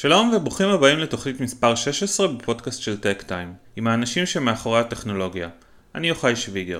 שלום וברוכים הבאים לתוכנית מספר 16 בפודקאסט של טק טיים, עם האנשים שמאחורי הטכנולוגיה. אני יוחאי שוויגר.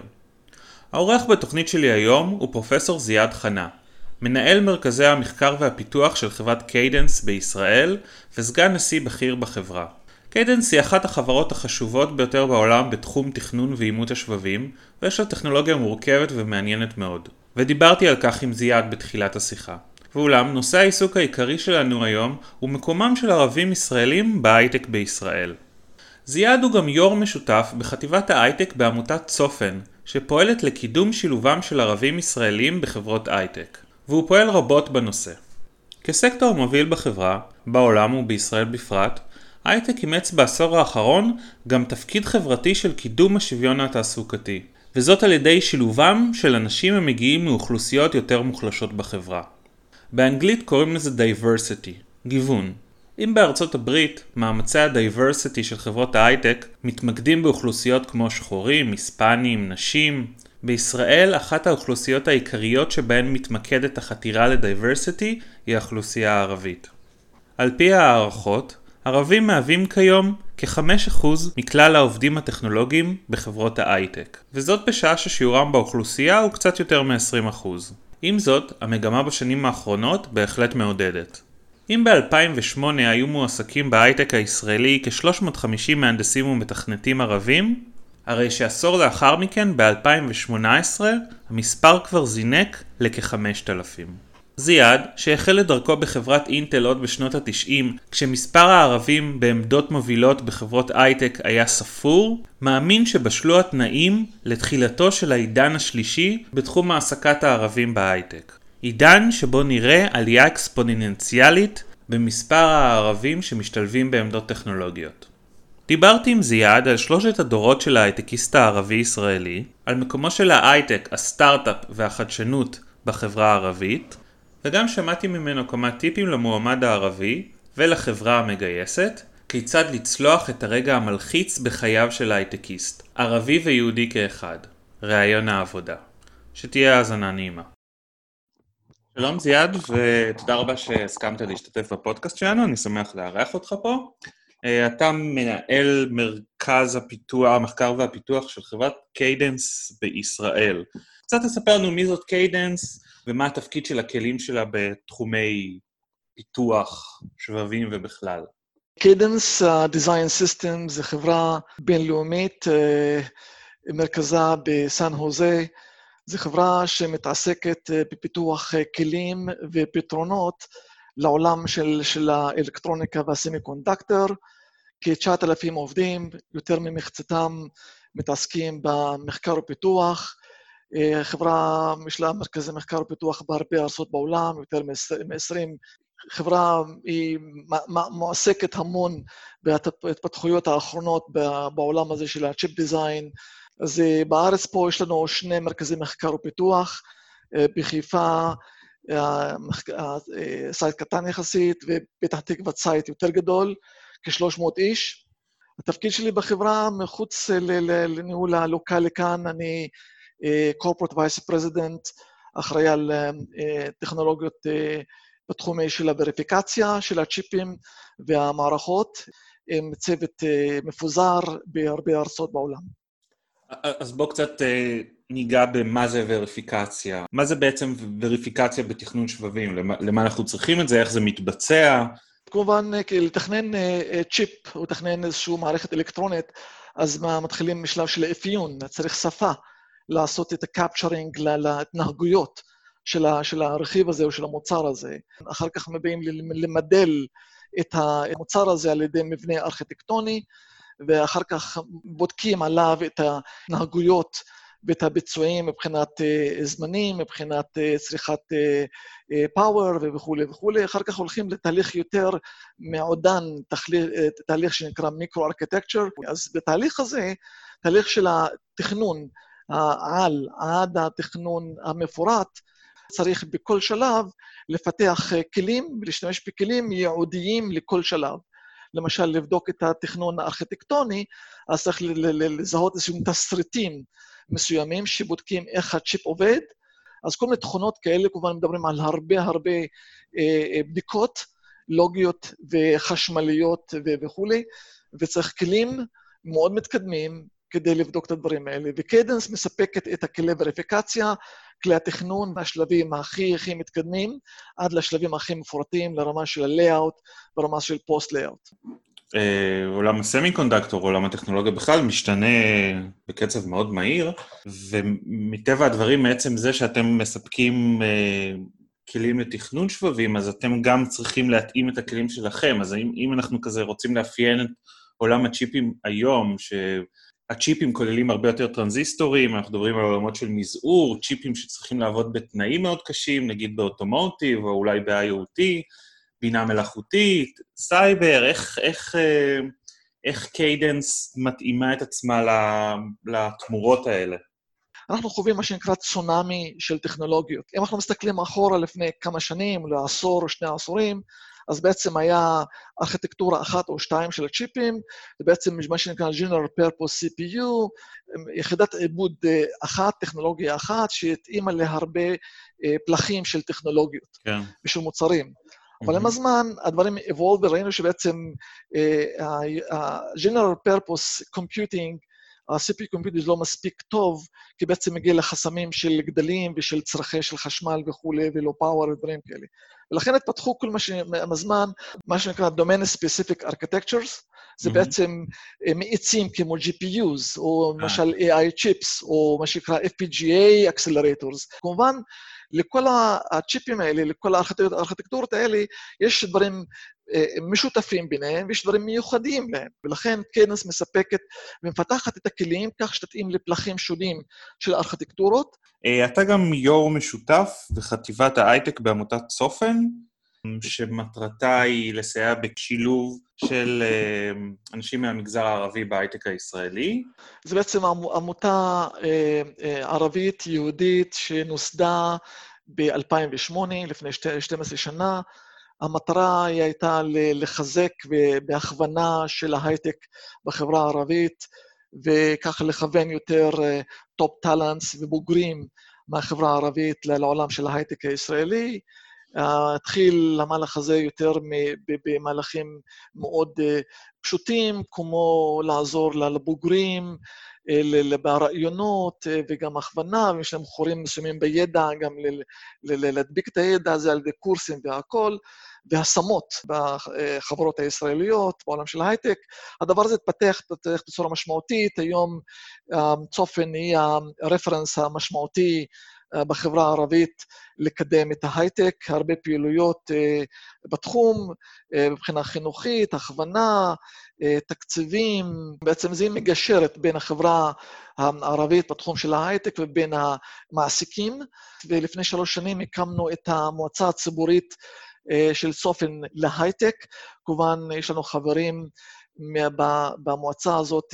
העורך בתוכנית שלי היום הוא פרופסור זיאד חנה, מנהל מרכזי המחקר והפיתוח של חברת קיידנס בישראל וסגן נשיא בכיר בחברה. קיידנס היא אחת החברות החשובות ביותר בעולם בתחום תכנון ואימות השבבים, ויש לה טכנולוגיה מורכבת ומעניינת מאוד. ודיברתי על כך עם זיאד בתחילת השיחה. ואולם, נושא העיסוק העיקרי שלנו היום הוא מקומם של ערבים ישראלים בהייטק בישראל. זיאד הוא גם יו"ר משותף בחטיבת ההייטק בעמותת צופן, שפועלת לקידום שילובם של ערבים ישראלים בחברות הייטק, והוא פועל רבות בנושא. כסקטור מוביל בחברה, בעולם ובישראל בפרט, הייטק אימץ בעשור האחרון גם תפקיד חברתי של קידום השוויון התעסוקתי, וזאת על ידי שילובם של אנשים המגיעים מאוכלוסיות יותר מוחלשות בחברה. באנגלית קוראים לזה diversity, גיוון. אם בארצות הברית, מאמצי ה-diversity של חברות ההייטק מתמקדים באוכלוסיות כמו שחורים, היספנים, נשים. בישראל, אחת האוכלוסיות העיקריות שבהן מתמקדת החתירה ל-diversity היא האוכלוסייה הערבית. על פי הערכות, ערבים מהווים כיום כ-5% מכלל העובדים הטכנולוגיים בחברות ההייטק, וזאת בשעה ששיעורם באוכלוסייה הוא קצת יותר מ-20%. עם זאת, המגמה בשנים האחרונות בהחלט מעודדת. אם ב-2008 היו מועסקים בהייטק הישראלי כ-350 מהנדסים ומתכנתים ערבים, הרי שעשור לאחר מכן, ב-2018, המספר כבר זינק לכ-5,000. זיאד, שהחל את דרכו בחברת אינטל עוד בשנות ה-90, כשמספר הערבים בעמדות מובילות בחברות הייטק היה ספור, מאמין שבשלו התנאים לתחילתו של העידן השלישי בתחום העסקת הערבים בהייטק. עידן שבו נראה עלייה אקספוננציאלית במספר הערבים שמשתלבים בעמדות טכנולוגיות. דיברתי עם זיאד על שלושת הדורות של ההייטקיסט הערבי-ישראלי, על מקומו של ההייטק, הסטארט-אפ והחדשנות בחברה הערבית, וגם שמעתי ממנו כמה טיפים למועמד הערבי ולחברה המגייסת, כיצד לצלוח את הרגע המלחיץ בחייו של ההייטקיסט, ערבי ויהודי כאחד, ראיון העבודה. שתהיה האזנה נעימה. שלום זיאד, ותודה רבה שהסכמת להשתתף בפודקאסט שלנו, אני שמח לארח אותך פה. אתה מנהל מרכז המחקר והפיתוח של חברת קיידנס בישראל. קצת תספר לנו מי זאת קיידנס, ומה התפקיד של הכלים שלה בתחומי פיתוח, שבבים ובכלל. קיידנס Design Systems זה חברה בינלאומית, מרכזה בסן הוזה. זו חברה שמתעסקת בפיתוח כלים ופתרונות לעולם של האלקטרוניקה והסמיקונדקטור. כ-9,000 עובדים, יותר ממחציתם מתעסקים במחקר ופיתוח. חברה משלה מרכזי מחקר ופיתוח בהרבה ארצות בעולם, יותר מ-20. חברה היא מועסקת המון בהתפתחויות האחרונות בעולם הזה של הצ'יפ דיזיין. אז בארץ פה יש לנו 2 מרכזי מחקר ופיתוח, בחיפה סייט קטן יחסית, ופתח תקווה סייט יותר גדול, כ-300 איש. התפקיד שלי בחברה מחוץ לניהול הלוקלי כאן, אני corporate vice president, אחראי על טכנולוגיות בתחומי של הווריפיקציה, של הצ'יפים והמערכות, עם צוות מפוזר בהרבה ארצות בעולם. אז בוא קצת ניגע במה זה וריפיקציה. מה זה בעצם וריפיקציה בתכנון שבבים? למה אנחנו צריכים את זה? איך זה מתבצע? כמובן, לתכנן צ'יפ או לתכנן איזושהי מערכת אלקטרונית, אז מתחילים משלב של אפיון, צריך שפה. לעשות את הקפצ'רינג להתנהגויות של הרכיב הזה או של המוצר הזה. אחר כך מביאים למדל את המוצר הזה על ידי מבנה ארכיטקטוני, ואחר כך בודקים עליו את ההתנהגויות ואת הביצועים מבחינת זמנים, מבחינת צריכת פאוור וכו' וכו'. אחר כך הולכים לתהליך יותר מעודן, תהליך שנקרא מיקרו-ארכיטקצ'ר. אז בתהליך הזה, תהליך של התכנון, עד התכנון המפורט, צריך בכל שלב לפתח כלים, להשתמש בכלים ייעודיים לכל שלב. למשל, לבדוק את התכנון הארכיטקטוני, אז צריך לזהות איזשהם תסריטים מסוימים שבודקים איך הצ'יפ עובד. אז כל מיני תכונות כאלה, כמובן מדברים על הרבה בדיקות לוגיות וחשמליות וכולי, וצריך כלים מאוד מתקדמים כדי לבדוק את הדברים האלה. וקיידנס מספקת את הכלי וריפיקציה, כלי התכנון מהשלבים הכי מתקדמים, עד לשלבים הכי מפורטים, לרמה של ה-layout ורמה של post-layout. עולם הסמי-קונדקטור, עולם הטכנולוגיה בכלל, משתנה בקצב מאוד מהיר, ומטבע הדברים, מעצם זה שאתם מספקים כלים לתכנון שבבים, אז אתם גם צריכים להתאים את הכלים שלכם. אז אם אנחנו כזה רוצים לאפיין את עולם הצ'יפים היום, שהצ'יפים כוללים הרבה יותר טרנזיסטורים, אנחנו מדברים על עולמות של מזעור, צ'יפים שצריכים לעבוד בתנאים מאוד קשים, נגיד באוטומוטיב, או אולי ב-IoT, בינה מלאכותית, סייבר, איך קיידנס מתאימה את עצמה לתמורות האלה? אנחנו חווים מה שנקרא צונאמי של טכנולוגיות. אם אנחנו מסתכלים אחורה לפני כמה שנים, לעשור או 2 עשורים, אז בעצם היה ארכיטקטורה 1 או 2 של הצ'יפים, זה בעצם מה שנקרא General Purpose CPU, יחידת עיבוד אחת, טכנולוגיה אחת, שהתאימה להרבה פלחים של טכנולוגיות, כן. ושל מוצרים. אבל עם הזמן, הדברים evolve, וראינו שבעצם ה-General Purpose Computing, ה-CPU Computing לא מספיק טוב, כי בעצם מגיע לחסמים של גדלים ושל צרכי של חשמל וכולי, ולא פאוור ודברים כאלה. ולכן התפתחו כל הזמן, מה שנקרא Domain Specific Architectures, זה בעצם מאיצים כמו GPUs, או למשל AI Chips, או מה שנקרא FPGA Accelerators. כמובן, לכל הצ'יפים האלה, לכל הארכיטקטורות האלה, יש דברים משותפים ביניהם, ויש דברים מיוחדים להם. ולכן קיידנס מספקת ומפתחת את הכלים כך שתתאים לפלחים שונים של הארכיטקטורות. אתה גם יו"ר משותף בחטיבת ההייטק בעמותת צופן, שמטרתה היא לסייע בשילוב של אנשים מהמגזר הערבי בהייטק הישראלי. זה בעצם עמותה ערבית יהודית שנוסדה ב-2008, לפני 12 שנה. המטרה היא הייתה לחזק בהכוונה של ההייטק בחברה הערבית, וככה לכוון יותר טופ טלנטס ובוגרים מהחברה הערבית לעולם של ההייטק הישראלי. התחיל המהלך הזה יותר במהלכים מאוד פשוטים, כמו לעזור לבוגרים, ברעיונות וגם הכוונה, ויש להם חורים מסוימים בידע, גם להדביק את הידע הזה על ידי קורסים והכל, והשמות בחברות הישראליות, בעולם של ההייטק. הדבר הזה התפתח בצורה משמעותית, היום צופן היא הרפרנס המשמעותי בחברה הערבית לקדם את ההייטק, הרבה פעילויות בתחום, מבחינה חינוכית, הכוונה, תקציבים, בעצם זה מגשרת בין החברה הערבית בתחום של ההייטק ובין המעסיקים, ולפני 3 שנים הקמנו את המועצה הציבורית של צופן להייטק, כמובן יש לנו חברים במועצה הזאת,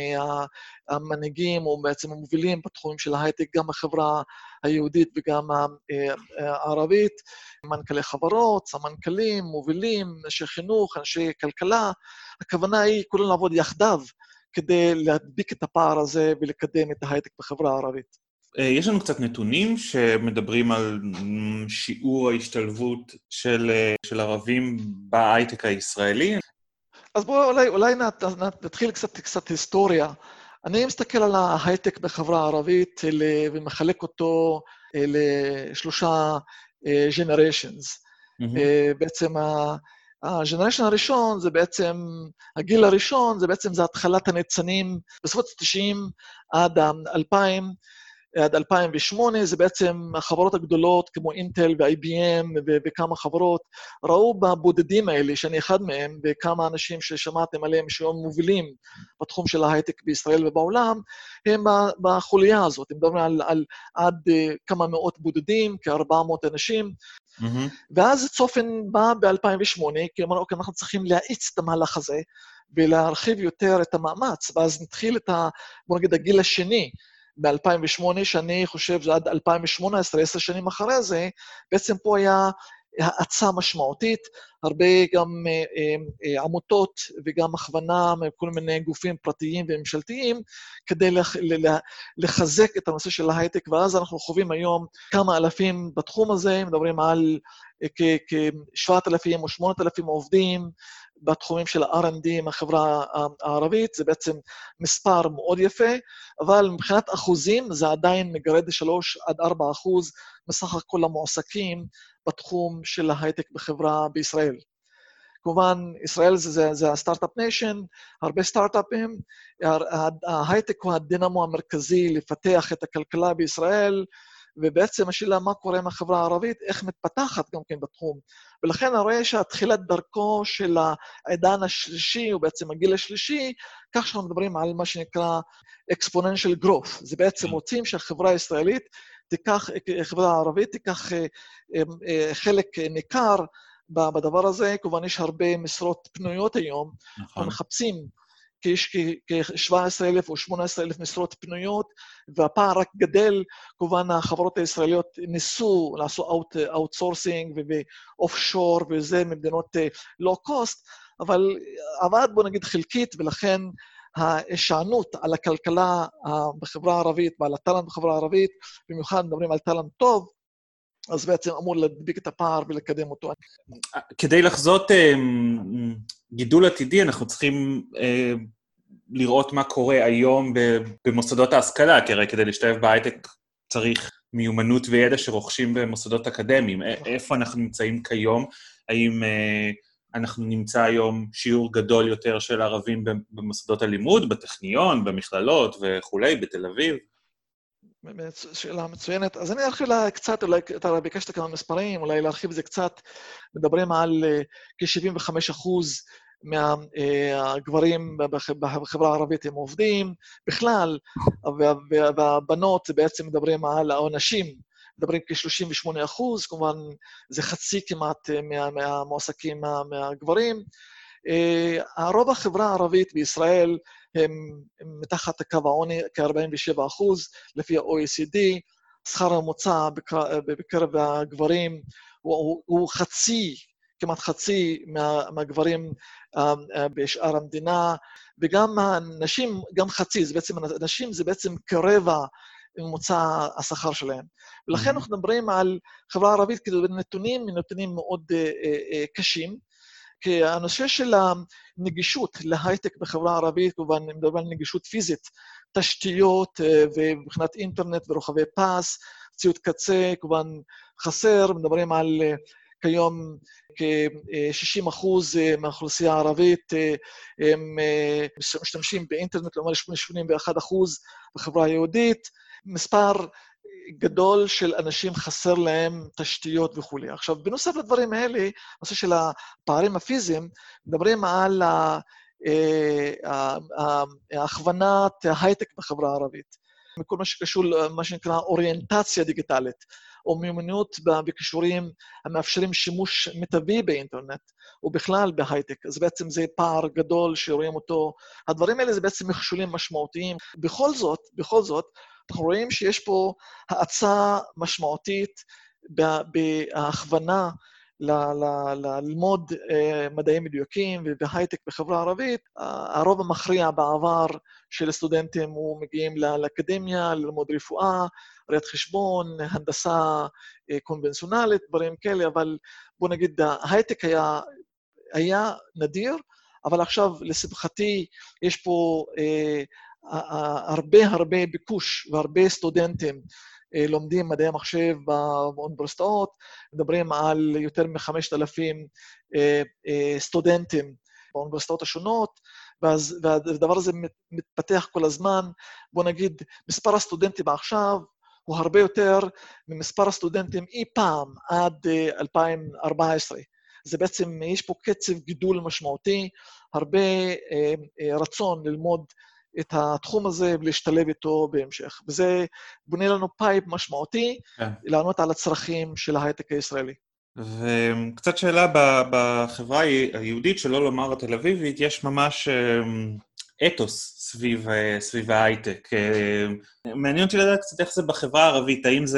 מהמנהיגים או בעצם המובילים בתחומים של ההייטק, גם החברה היהודית וגם הערבית, מנכ"לי חברות, סמנכ"לים, מובילים, אנשי חינוך, אנשי כלכלה. הכוונה היא כולנו לעבוד יחדיו כדי להדביק את הפער הזה ולקדם את ההייטק בחברה הערבית. יש לנו קצת נתונים שמדברים על שיעור ההשתלבות של ערבים בהייטק הישראלי. אז בואו אולי נתחיל קצת היסטוריה. אני מסתכל על ההייטק בחברה הערבית ומחלק אותו ל3 generations. בעצם הג'נריישן הראשון זה בעצם, הגיל הראשון זה בעצם זה התחלת הניצנים בסביבות 90 עד 2000, עד 2008, זה בעצם החברות הגדולות כמו אינטל ו-IBM וכמה חברות, ראו בבודדים האלה, שאני אחד מהם, וכמה אנשים ששמעתם עליהם שהיום מובילים בתחום של ההייטק בישראל ובעולם, הם בחוליה הזאת, הם מדברים על עד כמה מאות בודדים, כ-400 אנשים, ואז צופן בא ב-2008, כי אמרנו, אוקיי, אנחנו צריכים להאיץ את המהלך הזה, ולהרחיב יותר את המאמץ, ואז נתחיל את בוא נגיד, הגיל השני, ב-2008, שאני חושב שעד 2018, 10 שנים אחרי זה, בעצם פה היה האצה משמעותית, הרבה גם עמותות וגם הכוונה מכל מיני גופים פרטיים וממשלתיים, כדי לחזק את הנושא של ההייטק, ואז אנחנו חווים היום כמה אלפים בתחום הזה, מדברים על כ-7,000 או 8,000 עובדים, בתחומים של ה-R&D מהחברה הערבית, זה בעצם מספר מאוד יפה, אבל מבחינת אחוזים זה עדיין מגרד 3-4% מסך הכל המועסקים בתחום של ההייטק בחברה בישראל. כמובן, ישראל זה הסטארט-אפ ניישן, הרבה סטארט-אפים, ההייטק הוא הדינמו המרכזי לפתח את הכלכלה בישראל, ובעצם השאלה מה קורה עם החברה הערבית, איך מתפתחת גם כן בתחום. ולכן הרי שהתחילת דרכו של העידן השלישי, או בעצם הגיל השלישי, כך שאנחנו מדברים על מה שנקרא exponential growth. זה בעצם רוצים שהחברה הישראלית תיקח, החברה הערבית תיקח חלק ניכר בדבר הזה. כמובן יש הרבה משרות פנויות היום, אנחנו מחפשים יש כ-17,000 או 18,000 משרות פנויות, והפער רק גדל. כמובן החברות הישראליות ניסו לעשות אאוטסורסינג ואופשור וזה ממדינות לואו קוסט, אבל עבד בוא נגיד חלקית, ולכן ההישענות על הכלכלה בחברה הערבית ועל הטלנט בחברה הערבית, במיוחד מדברים על טלנט טוב, אז בעצם אמור להדביק את הפער ולקדם אותו. כדי לחזות גידול עתידי, אנחנו צריכים לראות מה קורה היום במוסדות ההשכלה, כי הרי כדי להשתלב בהייטק צריך מיומנות וידע שרוכשים במוסדות אקדמיים. איפה אנחנו נמצאים כיום? האם אנחנו נמצא היום שיעור גדול יותר של ערבים במוסדות הלימוד, בטכניון, במכללות וכולי, בתל אביב? שאלה מצוינת. אז אני ארחיב לה קצת, אולי אתה ביקשת כמה מספרים, אולי להרחיב זה קצת. מדברים על כ-75% מהגברים בחברה הערבית הם עובדים, בכלל, והבנות זה בעצם מדברים על האנשים, מדברים כ-38%, כמובן זה חצי כמעט מהמועסקים מהגברים. הרוב החברה הערבית בישראל הם מתחת לקו העוני, כ-47%, לפי ה-OECD. שכר הממוצע בקרב הגברים הוא חצי, כמעט חצי מהגברים בשאר המדינה, וגם הנשים, גם חצי, זה בעצם, הנשים זה בעצם כרבע ממוצע השכר שלהם. ולכן אנחנו מדברים על חברה ערבית נתונים מאוד קשים, כי הנושא של הנגישות להייטק בחברה הערבית, כמובן מדברים על נגישות פיזית, תשתיות ומבחינת אינטרנט ורוחבי פס, ציוד קצה, כמובן חסר, מדברים על כיום כ-60% מהאוכלוסייה הערבית הם משתמשים באינטרנט, כלומר 81% בחברה היהודית, מספר גדול של אנשים חסר להם תשתיות וכו'. עכשיו, בנוסף לדברים האלה, נושא של הפערים הפיזיים, מדברים על הכוונת ההייטק בחברה הערבית, מכל מה שקשור למה שנקרא אוריינטציה דיגיטלית, או מיומנות בכישורים המאפשרים שימוש מיטבי באינטרנט, ובכלל בהייטק. אז בעצם זה פער גדול שרואים אותו. הדברים האלה זה בעצם מכשולים משמעותיים. בכל זאת, אנחנו רואים שיש פה האצה משמעותית בהכוונה ללמוד מדעים מדויקים ובהייטק בחברה הערבית. הרוב המכריע בעבר של הסטודנטים הוא מגיעים לאקדמיה, ללמוד רפואה, ראיית חשבון, הנדסה קונבנציונלית, דברים כאלה, אבל בוא נגיד, ההייטק היה נדיר, אבל עכשיו לשמחתי יש פה הרבה ביקוש והרבה סטודנטים לומדים מדעי המחשב באוניברסיטאות, מדברים על יותר מ-5,000 סטודנטים באוניברסיטאות השונות, והדבר הזה מתפתח כל הזמן. בוא נגיד, מספר הסטודנטים עכשיו הוא הרבה יותר ממספר הסטודנטים אי פעם עד 2014. זה בעצם, יש פה קצב גידול משמעותי, הרבה רצון ללמוד את התחום הזה ולהשתלב איתו בהמשך. וזה בונה לנו פייפ משמעותי, לענות על הצרכים של ההייטק הישראלי. וקצת שאלה, בחברה היהודית, שלא לומר התל אביבית, יש ממש אתוס סביב ההייטק. מעניין אותי לדעת קצת איך זה בחברה הערבית, האם זה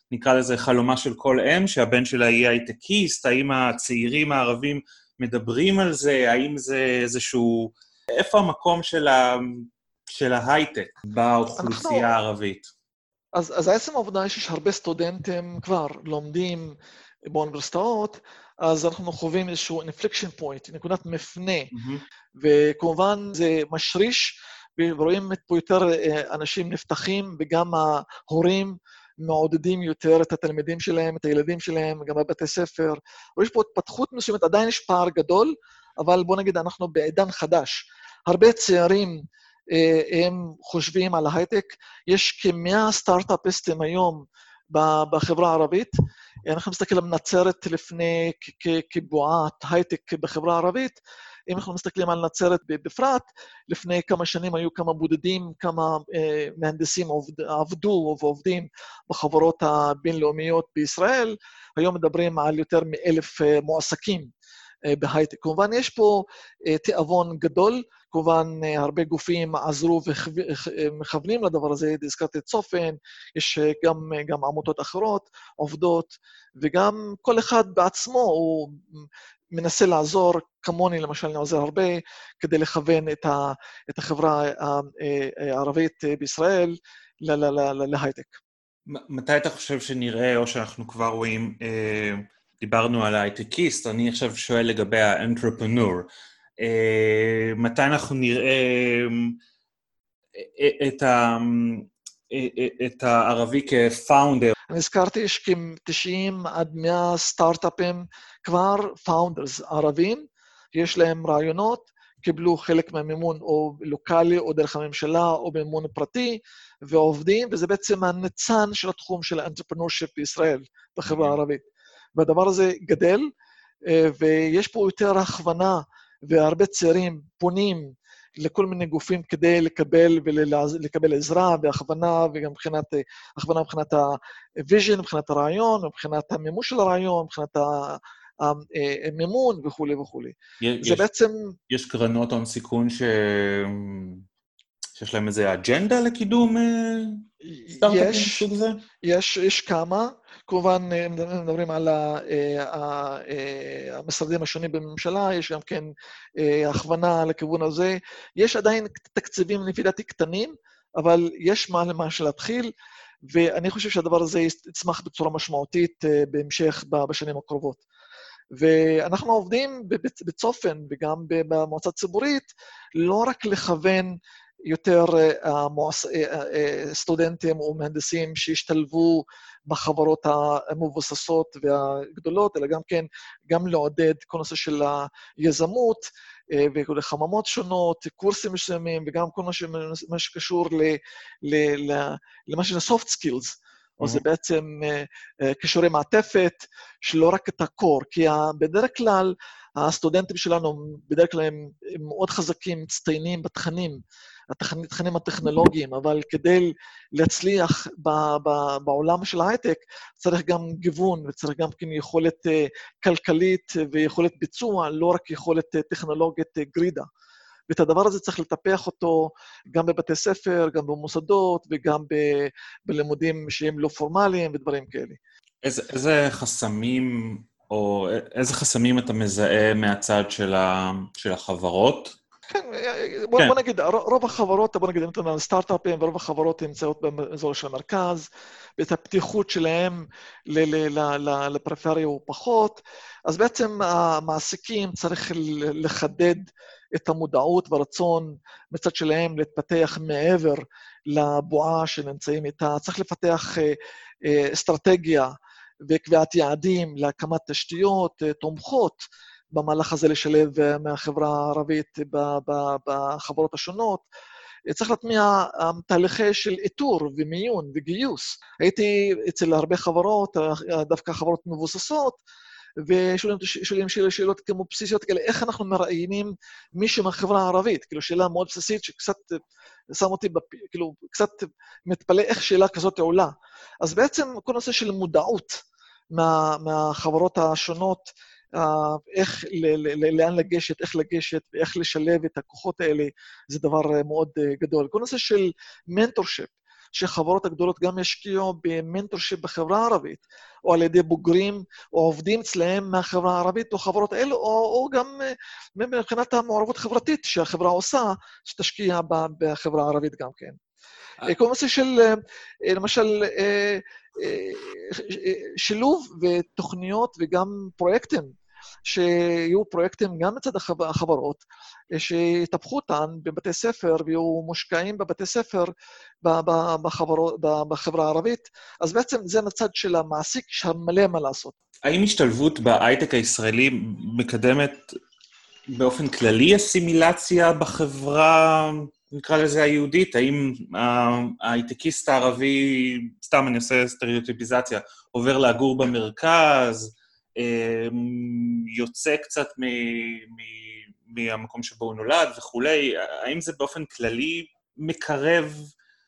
נקרא לזה חלומה של כל אם, שהבן שלה יהיה הייטקיסט, האם הצעירים הערבים מדברים על זה, האם זה איזשהו... איפה המקום של ההייטק באוכלוסייה הערבית? אז עצם העובדה היא שיש הרבה סטודנטים כבר לומדים באוניברסיטאות, אז אנחנו חווים איזשהו inflection point, נקודת מפנה, וכמובן זה משריש, ורואים פה יותר אנשים נפתחים, וגם ההורים מעודדים יותר את התלמידים שלהם, את הילדים שלהם, גם בבתי ספר. ויש פה התפתחות מסוימת, עדיין יש פער גדול, אבל בוא נגיד, אנחנו בעידן חדש. הרבה צעירים הם חושבים על ההייטק, יש כ-100 סטארט-אפיסטים היום בחברה הערבית, אנחנו מסתכלים על נצרת לפני כבועת הייטק בחברה הערבית, אם אנחנו מסתכלים על נצרת בפרט, לפני כמה שנים היו כמה בודדים, כמה מהנדסים עבדו ועובדים בחברות הבינלאומיות בישראל, היום מדברים על יותר מ1,000 מועסקים בהייטק. כמובן יש פה תיאבון גדול, כמובן הרבה גופים עזרו ומכוונים לדבר הזה, הזכרתי את צופן, יש גם עמותות אחרות, עובדות, וגם כל אחד בעצמו הוא מנסה לעזור, כמוני למשל אני עוזר הרבה, כדי לכוון את החברה הערבית בישראל להייטק. מתי אתה חושב שנראה, או שאנחנו כבר רואים, דיברנו על ההייטקיסט, אני עכשיו שואל לגבי האנטרפרנור, מתי אנחנו נראה את הערבי כפאונדר? אני הזכרתי, יש כ-90 עד 100 סטארט-אפים כבר פאונדרס ערבים, יש להם רעיונות, קיבלו חלק מהמימון או לוקלי או דרך הממשלה או במימון פרטי, ועובדים, וזה בעצם הניצן של התחום של האנטרפרנורשיפ בישראל, בחברה הערבית. והדבר הזה גדל, ויש פה יותר הכוונה, והרבה צעירים פונים לכל מיני גופים כדי לקבל עזרה והכוונה, וגם הכוונה מבחינת הוויז'ן, מבחינת הרעיון, מבחינת המימוש של הרעיון, מבחינת המימון וכו' וכו'. זה בעצם... יש קרנות הון סיכון שיש להם איזו אג'נדה לקידום סטארט-אפים מסוג זה? יש כמה. כמובן, מדברים על המשרדים השונים בממשלה, יש גם כן הכוונה לכיוון הזה. יש עדיין תקציבים לפי דעתי קטנים, אבל יש מה להתחיל, ואני חושב שהדבר הזה יצמח בצורה משמעותית בהמשך בשנים הקרובות. ואנחנו עובדים בצופן וגם במועצה ציבורית, לא רק לכוון יותר סטודנטים או מהנדסים שהשתלבו בחברות המבוססות והגדולות, אלא גם לעודד כל נושא של היזמות וחממות שונות, קורסים מסוימים, וגם כל מה שקשור למה של soft skills, או זה בעצם קישורי מעטפת, שלא רק את הקור, כי בדרך כלל הסטודנטים שלנו, בדרך כלל הם מאוד חזקים, מצטיינים בתכנים, התכנים הטכנולוגיים, אבל כדי להצליח בעולם של ההייטק, צריך גם גיוון, וצריך גם כן יכולת כלכלית ויכולת ביצוע, לא רק יכולת טכנולוגית גרידה. ואת הדבר הזה צריך לטפח אותו גם בבתי ספר, גם במוסדות, וגם בלימודים שהם לא פורמליים ודברים כאלה. איזה חסמים, או איזה חסמים אתה מזהה מהצד של החברות? כן, בוא נגיד, רוב החברות, בוא נגיד, נתנו סטארט-אפים, ורוב החברות נמצאות באזור של המרכז, ואת הפתיחות שלהם לפריפריה הוא פחות, אז בעצם המעסיקים צריך לחדד את המודעות והרצון מצד שלהם להתפתח מעבר לבועה שנמצאים איתה, צריך לפתח אסטרטגיה וקביעת יעדים להקמת תשתיות תומכות, במהלך הזה לשלב מהחברה הערבית בחברות השונות. צריך להטמיע תהליכי של איתור ומיון וגיוס. הייתי אצל הרבה חברות, דווקא חברות מבוססות, ושואלים שאלות כמו בסיסיות כאלה, איך אנחנו מראיינים מישהו מהחברה הערבית? כאילו שאלה מאוד בסיסית שקצת שם אותי, כאילו קצת מתפלא איך שאלה כזאת עולה. אז בעצם כל נושא של מודעות מהחברות השונות, איך, לאן לגשת, איך לגשת, ואיך לשלב את הכוחות האלה, זה דבר מאוד גדול. כל נושא של מנטורשיפ, שחברות הגדולות גם ישקיעו במנטורשיפ בחברה הערבית, או על ידי בוגרים או עובדים אצלהם מהחברה הערבית או חברות אלו, או גם מבחינת המעורבות החברתית שהחברה עושה, שתשקיע בחברה הערבית גם כן. כל נושא של, למשל, שילוב ותוכניות וגם פרויקטים, שיהיו פרויקטים גם מצד החברות, שיטפחו אותן בבתי ספר ויהיו מושקעים בבתי ספר בחברה הערבית, אז בעצם זה מצד של המעסיק שמלא מה לעשות. האם השתלבות בהייטק הישראלי מקדמת באופן כללי אסימילציה בחברה, נקרא לזה היהודית? האם ההייטקיסט הערבי, סתם אני עושה סטריאוטיפיזציה, עובר לגור במרכז, יוצא קצת מהמקום שבו הוא נולד וכולי? האם זה באופן כללי מקרב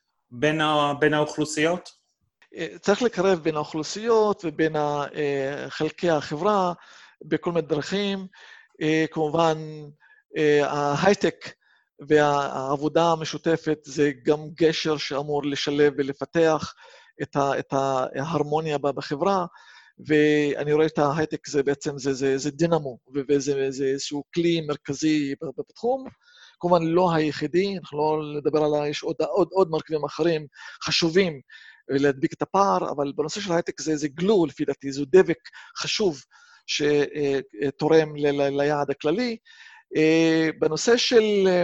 בין האוכלוסיות? צריך לקרב בין האוכלוסיות ובין חלקי החברה בכל מיני דרכים. כמובן, ההייטק והעבודה המשותפת זה גם גשר שאמור לשלב ולפתח את ההרמוניה בחברה, ואני רואה את ההייטק זה בעצם זה דינמו, וזה איזשהו כלי מרכזי בתחום. כמובן לא היחידי, אנחנו לא נדבר עליו, יש עוד מרכיבים אחרים חשובים להדביק את הפער, אבל בנושא של ההייטק זה גלו, לפי דעתי, זה דבק חשוב שתורם ליעד הכללי. בנושא של,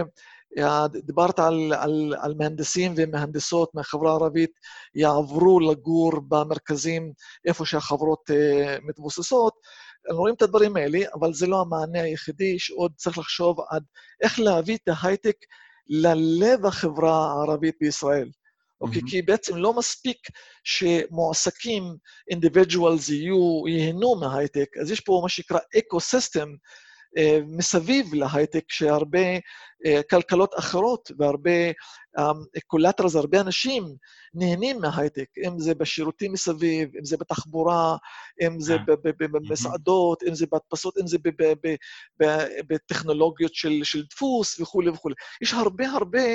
דיברת על מהנדסים ומהנדסות מהחברה הערבית, יעברו לגור במרכזים איפה שהחברות מתבוססות, אנחנו רואים את הדברים האלה, אבל זה לא המענה היחידי, שעוד צריך לחשוב עד איך להביא את ההייטק ללב החברה הערבית בישראל. אוקיי, כי בעצם לא מספיק שמועסקים, individuals ייהנו מההייטק, אז יש פה מה שנקרא אקוסיסטם מסביב להייטק, שהרבה כלכלות אחרות והרבה קולטרס, הרבה אנשים נהנים מההייטק, אם זה בשירותים מסביב, אם זה בתחבורה, אם זה במסעדות, אם זה בהדפסות, אם זה בטכנולוגיות של דפוס וכו' וכו'. יש הרבה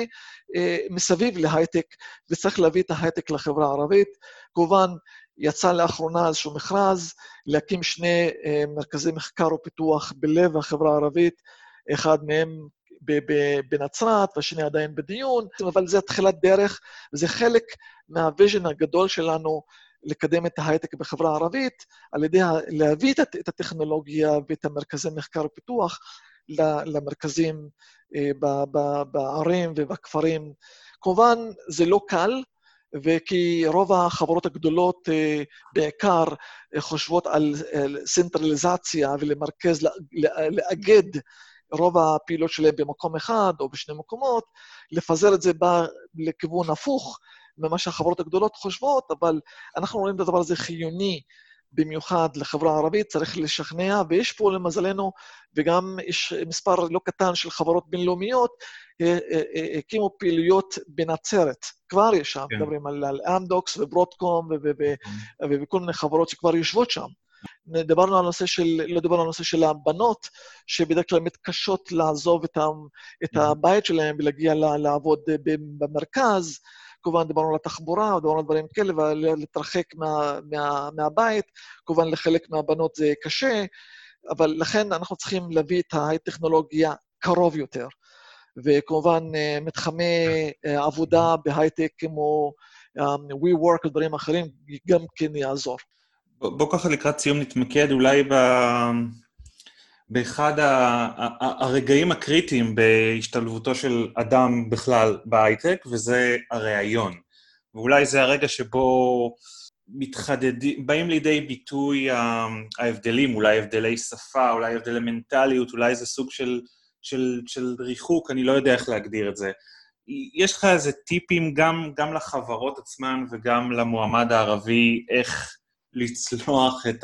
מסביב להייטק, וצריך להביא את ההייטק לחברה הערבית. כמובן, יצא לאחרונה איזשהו מכרז להקים שני מרכזי מחקר ופיתוח בלב החברה הערבית, אחד מהם בנצרת והשני עדיין בדיון, אבל זה התחילת דרך, וזה חלק מהוויז'ן הגדול שלנו לקדם את ההייטק בחברה הערבית, על ידי להביא את הטכנולוגיה ואת המרכזי מחקר ופיתוח למרכזים בערים ובכפרים. כמובן, זה לא קל, וכי רוב החברות הגדולות בעיקר חושבות על סנטרליזציה ולמרכז, לאגד רוב הפעילות שלהם במקום אחד או בשני מקומות, לפזר את זה לכיוון הפוך ממה שהחברות הגדולות חושבות, אבל אנחנו רואים את הדבר הזה חיוני, במיוחד לחברה הערבית, צריך לשכנע, ויש פה למזלנו, וגם יש מספר לא קטן של חברות בינלאומיות, הקימו פעילויות בנצרת, כבר יש שם, מדברים על אמדוקס וברודקום וכל מיני חברות שכבר יושבות שם. לא דיברנו על הנושא של הבנות, שבדרך כלל מתקשות לעזוב את הבית שלהם ולהגיע לעבוד במרכז, כמובן דיברנו על התחבורה, דיברנו על דברים כאלה, ולהתרחק מהבית, כמובן לחלק מהבנות זה קשה, אבל לכן אנחנו צריכים להביא את ההייטכנולוגיה קרוב יותר, וכמובן מתחמי עבודה בהייטק כמו WeWork ודברים אחרים, גם כן יעזור. בוא ככה לקראת סיום נתמקד אולי באחד הרגעים הקריטיים בהשתלבותו של אדם בכלל בהייטק, וזה הרעיון. ואולי זה הרגע שבו באים לידי ביטוי ההבדלים, אולי הבדלי שפה, אולי הבדלי מנטליות, אולי זה סוג של ריחוק, אני לא יודע איך להגדיר את זה. יש לך איזה טיפים גם לחברות עצמן וגם למועמד הערבי, איך לצלוח את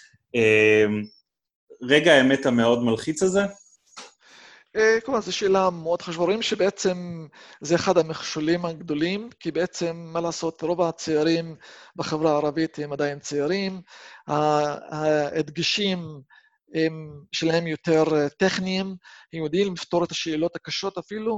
רגע האמת המאוד מלחיץ הזה? כלומר, זו שאלה מאוד חשובה. רואים שבעצם זה אחד המכשולים הגדולים, כי בעצם, מה לעשות, רוב הצעירים בחברה הערבית הם עדיין צעירים, ההדגשים שלהם יותר טכניים, הם יודעים לפתור את השאלות הקשות אפילו,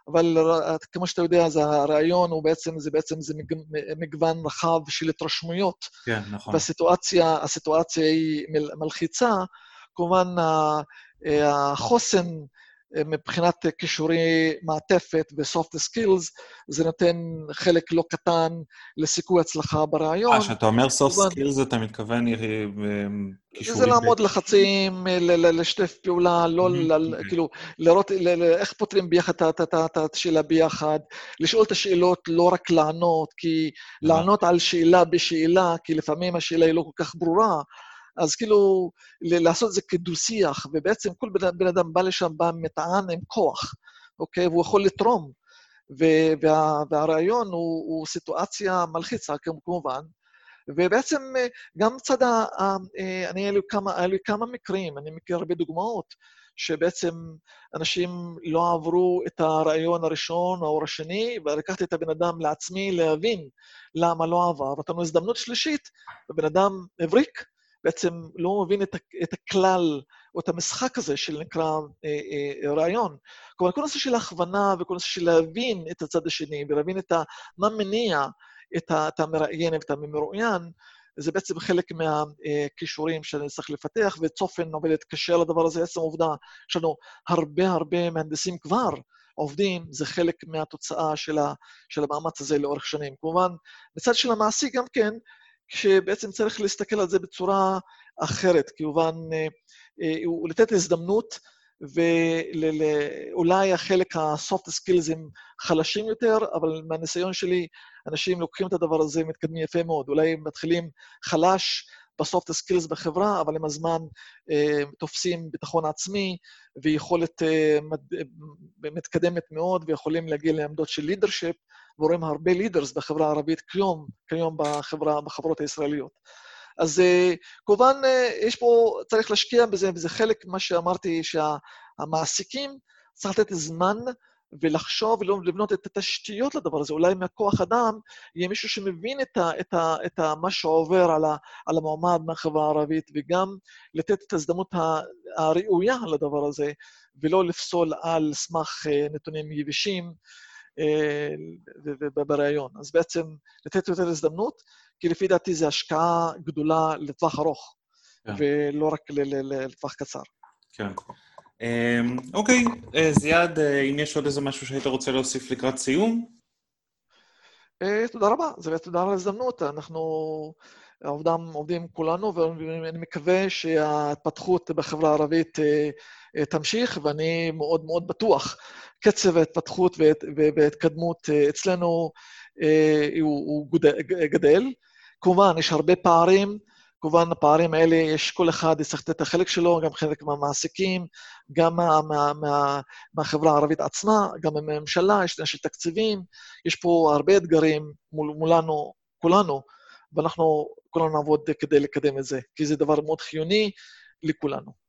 אבל כמו שאתה יודע, הרעיון הוא בעצם, זה מגוון רחב של התרשמויות. כן, נכון. והסיטואציה היא מלחיצה. כמובן, החוסן מבחינת כישורי מעטפת ו-soft skills, זה נותן חלק לא קטן לסיכוי הצלחה ברעיון. שאתה אומר soft skills, אתה מתכוון כישורים... זה לעמוד לחצים, לשתף פעולה, לא, כאילו, לראות איך פותרים ביחד את השאלה ביחד, לשאול את השאלות, לא רק לענות, כי לענות על שאלה בשאלה, כי לפעמים השאלה היא לא כל כך ברורה, אז כאילו, לעשות את זה כדו-שיח, ובעצם כל בן אדם בא לשם, בא מטען עם כוח, אוקיי? והוא יכול לתרום, והרעיון הוא סיטואציה מלחיצה, כמובן, ובעצם גם צד, היה לי כמה מקרים, אני מכיר הרבה דוגמאות, שבעצם אנשים לא עברו את הרעיון הראשון או השני, ולקחתי את הבן אדם לעצמי להבין למה לא עבר. נתנו הזדמנות שלישית, הבן אדם הבריק, בעצם לא מבין את הכלל, או את המשחק הזה של נקרא רעיון. כלומר, כל נושא של הכוונה, וכל נושא של להבין את הצד השני, ולהבין מה מניע את המראיין ואת המרואיין, זה בעצם חלק מהכישורים שאני צריך לפתח, וצופן עובדת קשה לדבר הזה, עצם העובדה, יש לנו הרבה מהנדסים כבר עובדים, זה חלק מהתוצאה של המאמץ הזה לאורך שנים. כמובן, מצד של המעסיק גם כן, כשבעצם צריך להסתכל על זה בצורה אחרת, כמובן, הוא לתת הזדמנות, ואולי החלק ה-soft skills הם חלשים יותר, אבל מהניסיון שלי, אנשים לוקחים את הדבר הזה, מתקדמים יפה מאוד. אולי הם מתחילים חלש ב-soft skills בחברה, אבל עם הזמן תופסים ביטחון עצמי, ויכולת מתקדמת מאוד, ויכולים להגיע לעמדות של leadership, ורואים הרבה leaders בחברה הערבית כיום בחברות הישראליות. אז כמובן, יש פה, צריך להשקיע בזה, וזה חלק מה שאמרתי, שהמעסיקים צריך לתת זמן ולחשוב ולבנות את התשתיות לדבר הזה. אולי מהכוח אדם יהיה מישהו שמבין את מה שעובר על המועמד מהחברה הערבית, וגם לתת את ההזדמנות הראויה לדבר הזה, ולא לפסול על סמך נתונים יבשים ברעיון. אז בעצם לתת יותר הזדמנות, כי לפי דעתי זה השקעה גדולה לטווח ארוך, ולא רק לטווח קצר. כן. אוקיי, זיאד, אם יש עוד איזה משהו שהיית רוצה להוסיף לקראת סיום? תודה רבה, תודה על ההזדמנות. אנחנו עובדים כולנו, ואני מקווה שההתפתחות בחברה הערבית תמשיך, ואני מאוד מאוד בטוח. קצב ההתפתחות וההתקדמות אצלנו הוא גדל. כמובן, יש הרבה פערים, כמובן, הפערים האלה, יש כל אחד יצטרך את החלק שלו, גם חלק מהמעסיקים, גם מהחברה הערבית עצמה, גם מהממשלה, יש של תקציבים, יש פה הרבה אתגרים מולנו, כולנו, ואנחנו כולנו נעבוד כדי לקדם את זה, כי זה דבר מאוד חיוני לכולנו.